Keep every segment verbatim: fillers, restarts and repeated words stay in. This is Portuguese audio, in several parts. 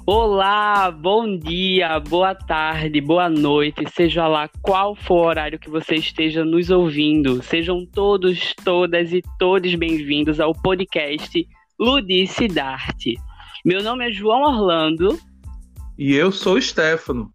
Olá, bom dia, boa tarde, boa noite, seja lá qual for o horário que você esteja nos ouvindo. Sejam todos, todas e todos bem-vindos ao podcast Ludicidarte. Meu nome é João Orlando. E eu sou o Stefano.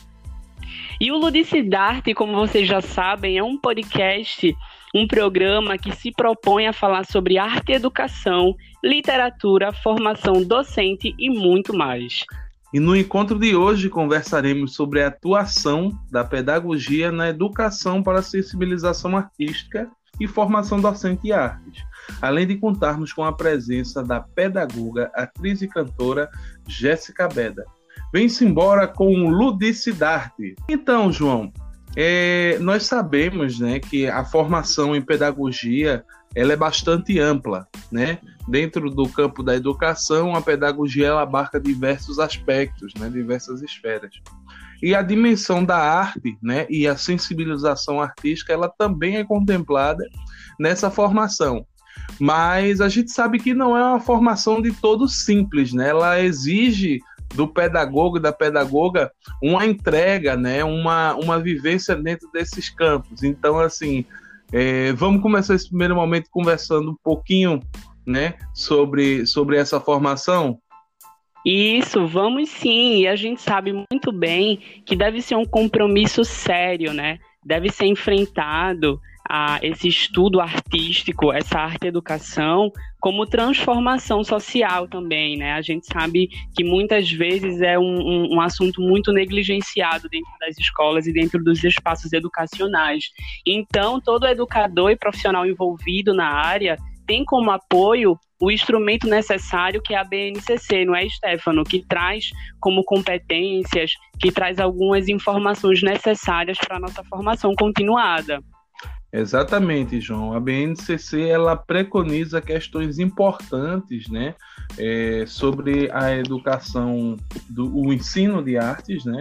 E o Ludicidarte, como vocês já sabem, é um podcast, um programa que se propõe a falar sobre arte e educação, literatura, formação docente e muito mais. E no encontro de hoje conversaremos sobre a atuação da pedagogia na educação para a sensibilização artística e formação docente em artes, além de contarmos com a presença da pedagoga, atriz e cantora Jéssica Beda. Vem-se embora com o Ludicidarte. Então, João, é, nós sabemos, né, que a formação em pedagogia ela é bastante ampla, né? Dentro do campo da educação, a pedagogia ela abarca diversos aspectos, né, diversas esferas. E a dimensão da arte, né, e a sensibilização artística, ela também é contemplada nessa formação. Mas a gente sabe que não é uma formação de todo simples, né? Ela exige do pedagogo e da pedagoga uma entrega, né? uma, uma vivência dentro desses campos. Então, assim, é, vamos começar esse primeiro momento conversando um pouquinho, né, sobre, sobre essa formação? Isso, vamos sim, e a gente sabe muito bem que deve ser um compromisso sério, né? Deve ser enfrentado a esse estudo artístico, essa arte-educação, como transformação social também, né? A gente sabe que muitas vezes é um, um, um assunto muito negligenciado dentro das escolas e dentro dos espaços educacionais. Então, todo educador e profissional envolvido na área tem como apoio o instrumento necessário que é a B N C C, não é, Stefano? Que traz como competências, que traz algumas informações necessárias para a nossa formação continuada. Exatamente, João. A B N C C ela preconiza questões importantes, né, é, sobre a educação, do, o ensino de artes, né,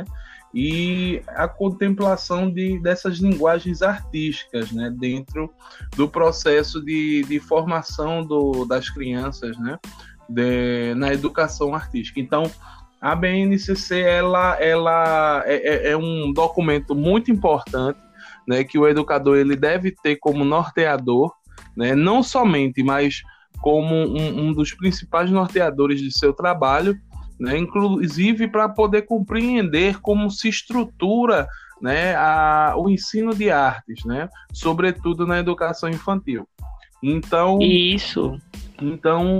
e a contemplação de, dessas linguagens artísticas, né, dentro do processo de, de formação do, das crianças, né, de, na educação artística. Então, a B N C C ela, ela é, é um documento muito importante, né, que o educador ele deve ter como norteador, né, não somente, mas como um, um dos principais norteadores de seu trabalho, né, inclusive para poder compreender como se estrutura, né, a, o ensino de artes, né, sobretudo na educação infantil. Então, Isso. Então,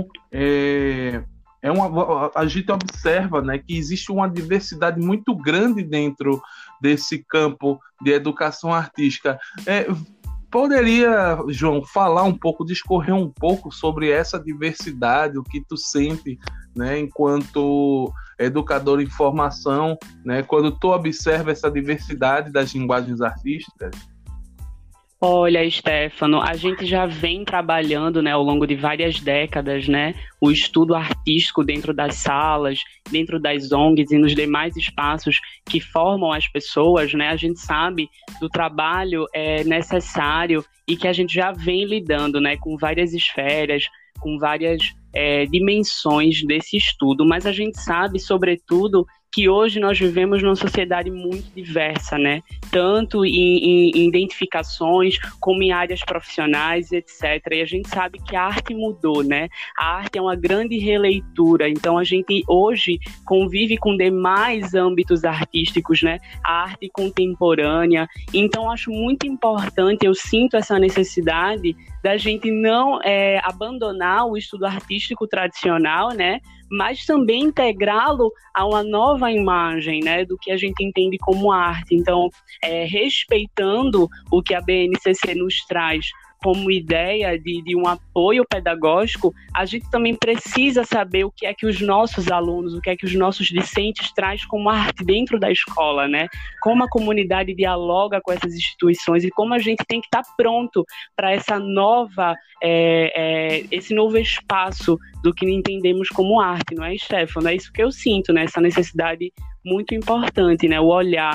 é, é uma, a gente observa, né, que existe uma diversidade muito grande dentro desse campo de educação artística. É, poderia, João, falar um pouco, discorrer um pouco sobre essa diversidade, o que tu sente, né, enquanto educador em formação, né, quando tu observa essa diversidade das linguagens artísticas? Olha, Stefano, a gente já vem trabalhando, né, ao longo de várias décadas, né, o estudo artístico dentro das salas, dentro das O N Gs e nos demais espaços que formam as pessoas, né? A gente sabe do trabalho é, necessário e que a gente já vem lidando, né, com várias esferas, com várias é, dimensões desse estudo, mas a gente sabe, sobretudo, que hoje nós vivemos numa sociedade muito diversa, né? Tanto em, em, em identificações, como em áreas profissionais, etcétera. E a gente sabe que a arte mudou, né? A arte é uma grande releitura, então a gente hoje convive com demais âmbitos artísticos, né? A arte contemporânea. Então acho muito importante, eu sinto essa necessidade da gente não é, abandonar o estudo artístico tradicional, né? Mas também integrá-lo a uma nova imagem, né, do que a gente entende como arte. Então, é, respeitando o que a B N C C nos traz como ideia de, de um apoio pedagógico, a gente também precisa saber o que é que os nossos alunos, o que é que os nossos discentes traz como arte dentro da escola, né? Como a comunidade dialoga com essas instituições e como a gente tem que estar pronto para essa nova, é, é, esse novo espaço do que entendemos como arte, não é, Stefano? É isso que eu sinto, né? Essa necessidade muito importante, né? O olhar.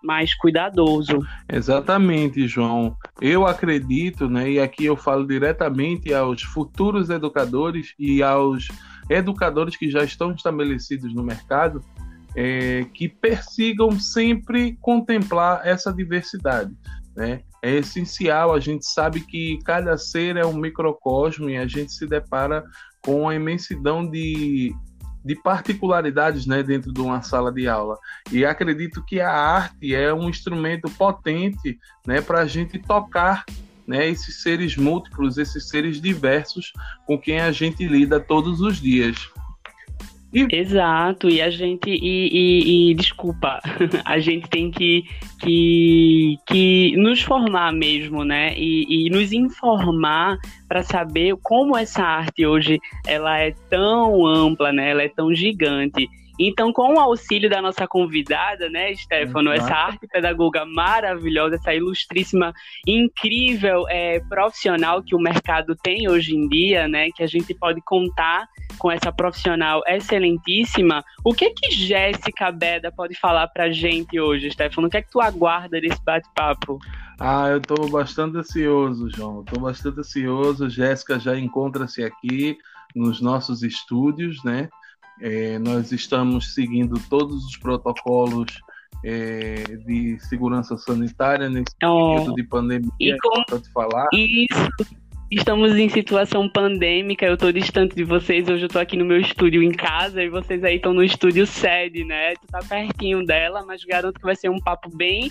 mais cuidadoso. Exatamente, João. Eu acredito, né, e aqui eu falo diretamente aos futuros educadores e aos educadores que já estão estabelecidos no mercado, é, que persigam sempre contemplar essa diversidade, né? É essencial, a gente sabe que cada ser é um microcosmo e a gente se depara com a imensidão de, de particularidades, né, dentro de uma sala de aula. E acredito que a arte é um instrumento potente, né, para a gente tocar, né, esses seres múltiplos, esses seres diversos com quem a gente lida todos os dias. E... Exato, e a gente, e, e, e desculpa, a gente tem que, que, que nos formar mesmo, né, e, e nos informar para saber como essa arte hoje, ela é tão ampla, né, ela é tão gigante. Então, com o auxílio da nossa convidada, né, Stefano, uhum. essa arte pedagoga maravilhosa, essa ilustríssima, incrível é, profissional que o mercado tem hoje em dia, né, que a gente pode contar com essa profissional excelentíssima. O que que Jéssica Beda pode falar pra gente hoje, Stefano? O que é que tu aguarda desse bate-papo? Ah, eu estou bastante ansioso, João. Estou bastante ansioso. Jéssica já encontra-se aqui nos nossos estúdios, né? É, nós estamos seguindo todos os protocolos é, de segurança sanitária nesse oh, período de pandemia, e com... é importante falar. Isso, estamos em situação pandêmica, eu estou distante de vocês, hoje eu estou aqui no meu estúdio em casa e vocês aí estão no estúdio sede, né? Tu tá pertinho dela, mas garanto que vai ser um papo bem...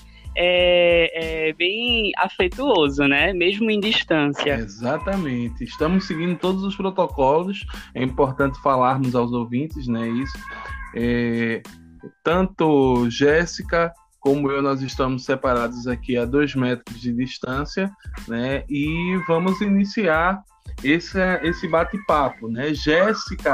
É, é bem afetuoso, né? Mesmo em distância. Exatamente. Estamos seguindo todos os protocolos. É importante falarmos aos ouvintes, né? Isso. É, tanto Jéssica como eu, nós estamos separados aqui a dois metros de distância, né? E vamos iniciar esse, esse bate-papo, né? Jéssica,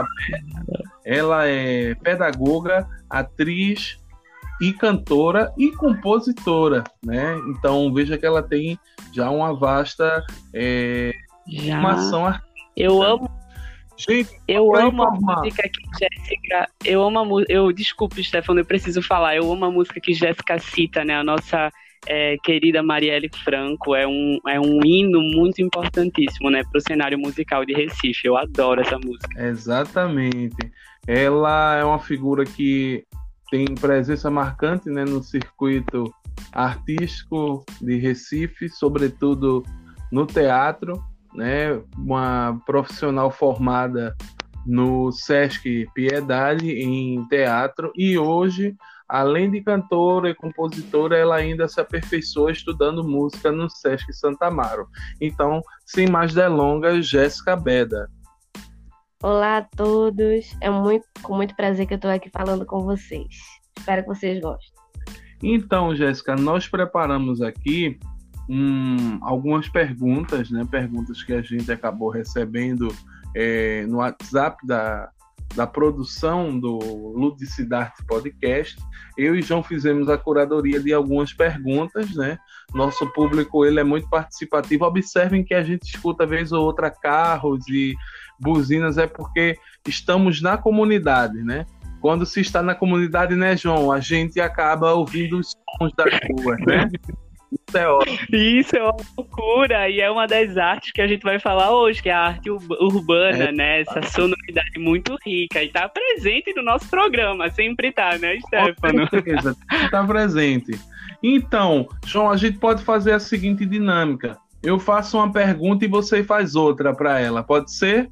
ela é pedagoga, atriz e cantora e compositora, né? Então veja que ela tem já uma vasta é, já. formação artística. Eu amo, gente, eu amo a música que Jéssica, eu amo a música, eu desculpe, Stefano, eu preciso falar, eu amo a música que Jéssica cita, né? A nossa é, querida Marielle Franco é um é um hino muito importantíssimo, né? Para o cenário musical de Recife. Eu adoro essa música. Exatamente. Ela é uma figura que tem presença marcante, né, no circuito artístico de Recife, sobretudo no teatro, né, uma profissional formada no Sesc Piedade em teatro e hoje, além de cantora e compositora, ela ainda se aperfeiçoa estudando música no Sesc Santa Amaro. Então, sem mais delongas, Jéssica Beda. Olá a todos, é muito, com muito prazer que eu estou aqui falando com vocês. Espero que vocês gostem. Então, Jéssica, nós preparamos aqui hum, algumas perguntas, né? Perguntas que a gente acabou recebendo é, no WhatsApp da, da produção do Ludicidarte Podcast. Eu e João fizemos a curadoria de algumas perguntas, né? Nosso público ele é muito participativo. Observem que a gente escuta vez ou outra carros e buzinas, é porque estamos na comunidade, né? Quando se está na comunidade, né, João? A gente acaba ouvindo os sons das ruas, né? Isso é ótimo. Isso é uma loucura, e é uma das artes que a gente vai falar hoje, que é a arte urbana, é, né? Essa sonoridade muito rica, e está presente no nosso programa, sempre está, né, Stefano? Com certeza, está presente. Então, João, a gente pode fazer a seguinte dinâmica. Eu faço uma pergunta e você faz outra para ela, pode ser?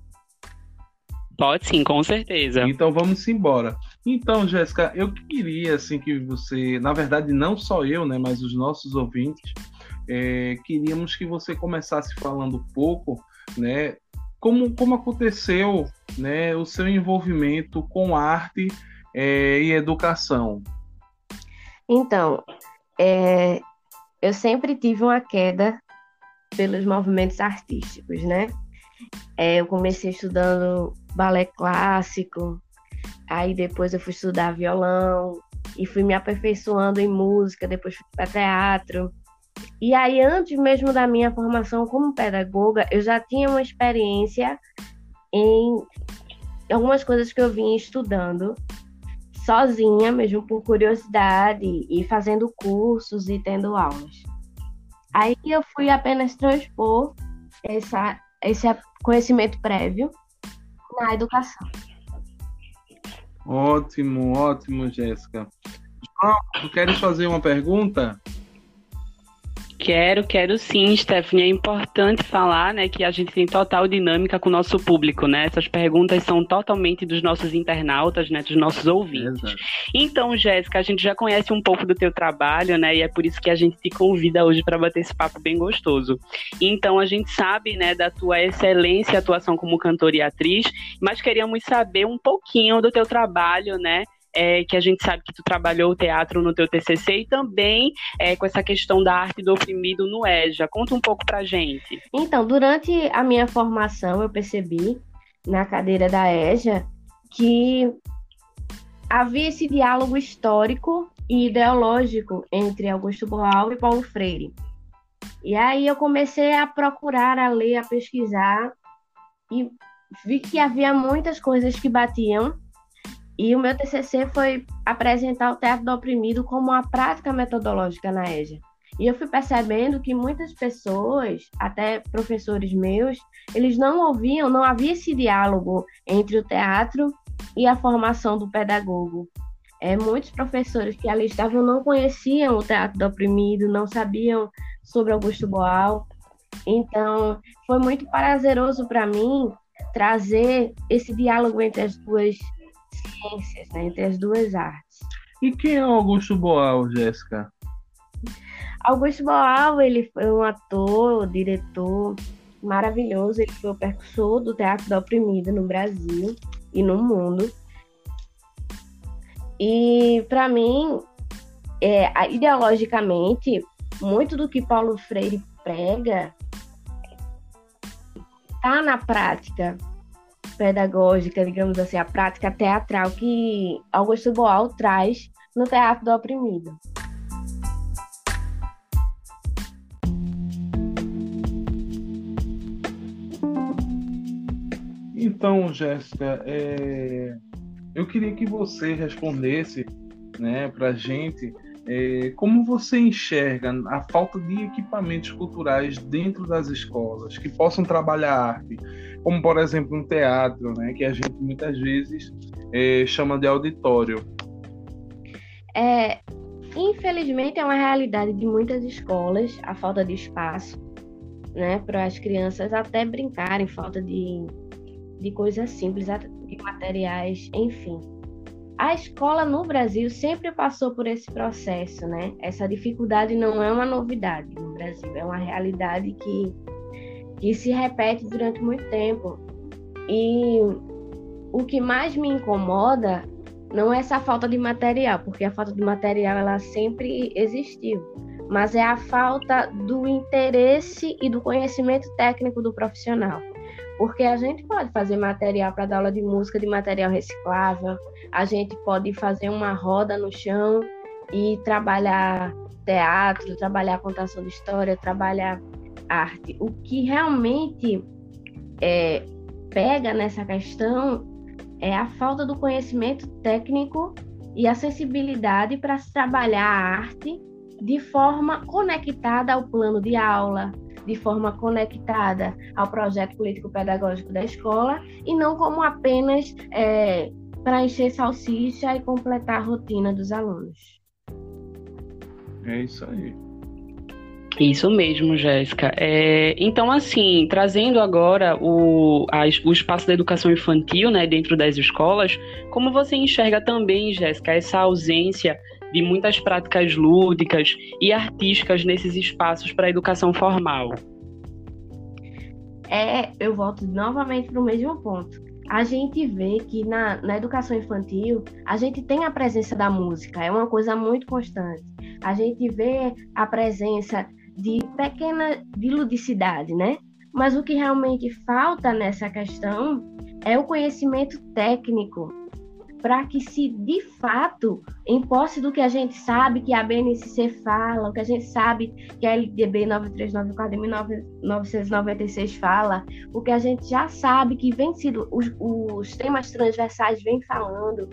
Pode sim, com certeza. Então vamos embora. Então, Jéssica, eu queria assim que você, na verdade não só eu, né, mas os nossos ouvintes, é, queríamos que você começasse falando um pouco, né, como, como aconteceu, né, o seu envolvimento com arte é, e educação. Então, é, eu sempre tive uma queda pelos movimentos artísticos, né? É, eu comecei estudando balé clássico, aí depois eu fui estudar violão e fui me aperfeiçoando em música, depois fui para teatro. E aí, antes mesmo da minha formação como pedagoga, eu já tinha uma experiência em algumas coisas que eu vinha estudando, sozinha, mesmo por curiosidade, e fazendo cursos e tendo aulas. Aí eu fui apenas transpor essa, esse conhecimento prévio na educação. Ótimo, ótimo, Jéssica. João, tu queres fazer uma pergunta? Quero, quero sim, Stephanie. É importante falar, né, que a gente tem total dinâmica com o nosso público, né? Essas perguntas são totalmente dos nossos internautas, né, dos nossos ouvintes. Exato. Então, Jéssica, a gente já conhece um pouco do teu trabalho, né, e é por isso que a gente te convida hoje para bater esse papo bem gostoso. Então, a gente sabe, né, da tua excelência e atuação como cantora e atriz, mas queríamos saber um pouquinho do teu trabalho, né, É, que a gente sabe que tu trabalhou o teatro no teu T C C e também é, com essa questão da arte do oprimido no EJA. Conta um pouco pra gente. Então, durante a minha formação, eu percebi, na cadeira da EJA, que havia esse diálogo histórico e ideológico entre Augusto Boal e Paulo Freire. E aí eu comecei a procurar, a ler, a pesquisar, e vi que havia muitas coisas que batiam. E o meu T C C foi apresentar o teatro do oprimido como uma prática metodológica na EJA. E eu fui percebendo que muitas pessoas, até professores meus, eles não ouviam, não havia esse diálogo entre o teatro e a formação do pedagogo. É, muitos professores que ali estavam não conheciam o teatro do oprimido, não sabiam sobre Augusto Boal. Então, foi muito prazeroso para mim trazer esse diálogo entre as duas ciências, né, entre as duas artes. E quem é Augusto Boal, Jéssica? Augusto Boal, ele foi um ator, diretor maravilhoso, ele foi o percussor do teatro do oprimido no Brasil e no mundo. E, para mim, é, ideologicamente, muito do que Paulo Freire prega está na prática pedagógica, digamos assim, a prática teatral que Augusto Boal traz no teatro do oprimido. Então, Jéssica, é... eu queria que você respondesse, né, para a gente é, como você enxerga a falta de equipamentos culturais dentro das escolas que possam trabalhar a arte, como, por exemplo, um teatro, né, que a gente muitas vezes é, chama de auditório. É, infelizmente, é uma realidade de muitas escolas, a falta de espaço, né, para as crianças até brincarem, falta de, de coisas simples, de materiais, enfim. A escola no Brasil sempre passou por esse processo, né? Essa dificuldade não é uma novidade no Brasil, é uma realidade que, que se repete durante muito tempo. E o que mais me incomoda não é essa falta de material, porque a falta de material ela sempre existiu, mas é a falta do interesse e do conhecimento técnico do profissional. Porque a gente pode fazer material para dar aula de música de material reciclável, a gente pode fazer uma roda no chão e trabalhar teatro, trabalhar contação de história, trabalhar arte. O que realmente é, pega nessa questão é a falta do conhecimento técnico e a sensibilidade para se trabalhar a arte de forma conectada ao plano de aula, de forma conectada ao projeto político-pedagógico da escola e não como apenas é, para encher salsicha e completar a rotina dos alunos. É isso aí. Isso mesmo, Jéssica. É, então, assim, trazendo agora o, a, o espaço da educação infantil, né, dentro das escolas, como você enxerga também, Jéssica, essa ausência de muitas práticas lúdicas e artísticas nesses espaços para a educação formal? É, eu volto novamente para o mesmo ponto. A gente vê que na, na educação infantil, a gente tem a presença da música, é uma coisa muito constante. A gente vê a presença de pequena de ludicidade, né? Mas o que realmente falta nessa questão é o conhecimento técnico, para que se, de fato, em posse do que a gente sabe que a B N C C fala, o que a gente sabe que a L D B nove três nove quatro de mil novecentos e noventa e seis fala, o que a gente já sabe que vem sido, os, os temas transversais vêm falando,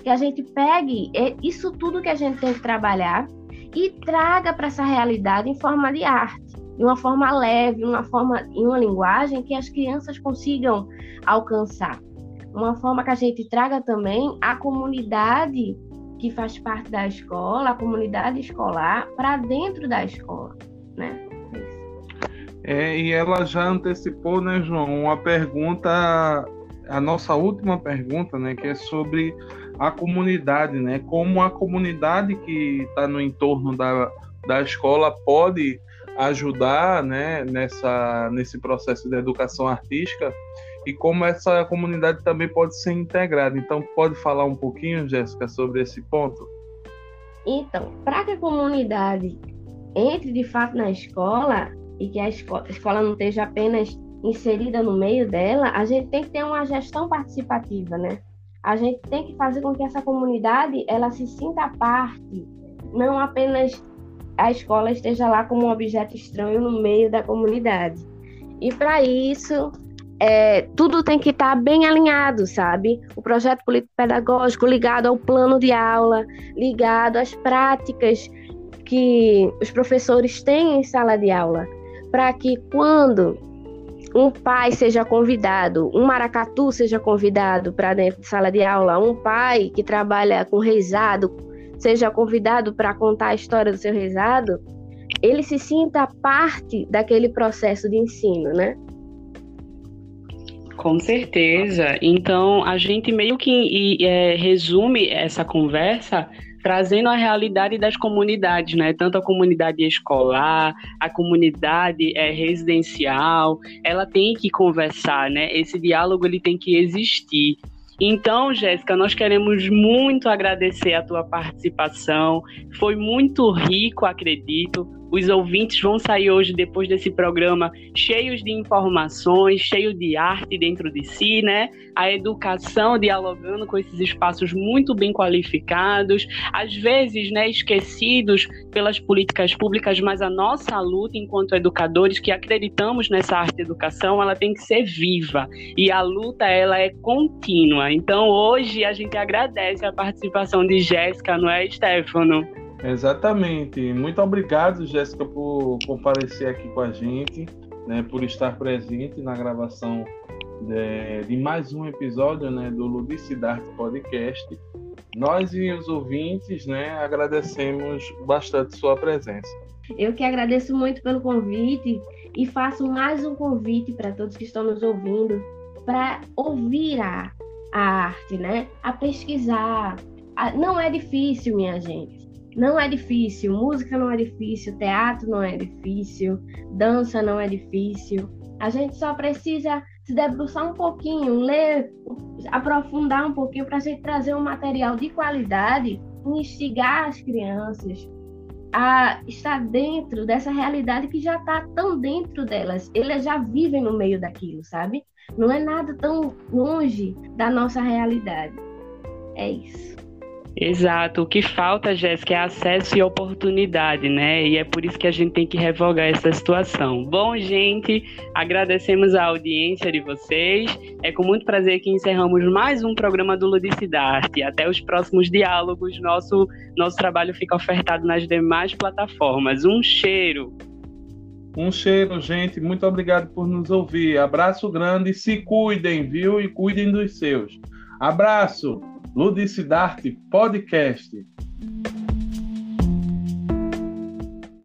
que a gente pegue isso tudo que a gente tem que trabalhar e traga para essa realidade em forma de arte, de uma forma leve, uma forma, em uma linguagem que as crianças consigam alcançar. Uma forma que a gente traga também a comunidade que faz parte da escola, a comunidade escolar, para dentro da escola, né? É, e ela já antecipou, né, João, uma pergunta, a nossa última pergunta, né, que é sobre a comunidade, né? Como a comunidade que está no entorno da, da escola pode ajudar, né, nessa, nesse processo de educação artística e como essa comunidade também pode ser integrada. Então, pode falar um pouquinho, Jéssica, sobre esse ponto? Então, para que a comunidade entre de fato na escola e que a escola, a escola não esteja apenas inserida no meio dela, a gente tem que ter uma gestão participativa, né? A gente tem que fazer com que essa comunidade ela se sinta parte, não apenas a escola esteja lá como um objeto estranho no meio da comunidade. E para isso, é, tudo tem que estar bem alinhado, sabe? O projeto político-pedagógico ligado ao plano de aula, ligado às práticas que os professores têm em sala de aula, para que quando um pai seja convidado, um maracatu seja convidado para dentro de sala de aula, um pai que trabalha com rezado seja convidado para contar a história do seu rezado, ele se sinta parte daquele processo de ensino, né? Com certeza. Então, a gente meio que e, é, resume essa conversa trazendo a realidade das comunidades, né? Tanto a comunidade escolar, a comunidade é, residencial, ela tem que conversar, né? Esse diálogo ele tem que existir. Então, Jéssica, nós queremos muito agradecer a tua participação. Foi muito rico, acredito. Os ouvintes vão sair hoje, depois desse programa, cheios de informações, cheios de arte dentro de si, né? A educação dialogando com esses espaços muito bem qualificados, às vezes, né, esquecidos pelas políticas públicas, mas a nossa luta enquanto educadores que acreditamos nessa arte de educação, ela tem que ser viva. E a luta, ela é contínua. Então, hoje, a gente agradece a participação de Jéssica, não é, Stefano? Exatamente. Muito obrigado, Jéssica, por comparecer aqui com a gente, né, por estar presente na gravação de, de mais um episódio, né, do Ludicidade Podcast. Nós e os ouvintes, né, agradecemos bastante sua presença. Eu que agradeço muito pelo convite e faço mais um convite para todos que estão nos ouvindo para ouvir a, a arte, né, a pesquisar. A, não é difícil, minha gente. Não é difícil, música não é difícil, teatro não é difícil, dança não é difícil. A gente só precisa se debruçar um pouquinho, ler, aprofundar um pouquinho para a gente trazer um material de qualidade e instigar as crianças a estar dentro dessa realidade que já está tão dentro delas. Elas já vivem no meio daquilo, sabe? Não é nada tão longe da nossa realidade. É isso. Exato. O que falta, Jéssica, é acesso e oportunidade, né? E é por isso que a gente tem que revogar essa situação. Bom, gente, agradecemos a audiência de vocês. É com muito prazer que encerramos mais um programa do Ludicidade. Até os próximos diálogos. Nosso, nosso trabalho fica ofertado nas demais plataformas. Um cheiro. Um cheiro, gente. Muito obrigado por nos ouvir. Abraço grande. Se cuidem, viu? E cuidem dos seus. Abraço. Ludicidade Podcast.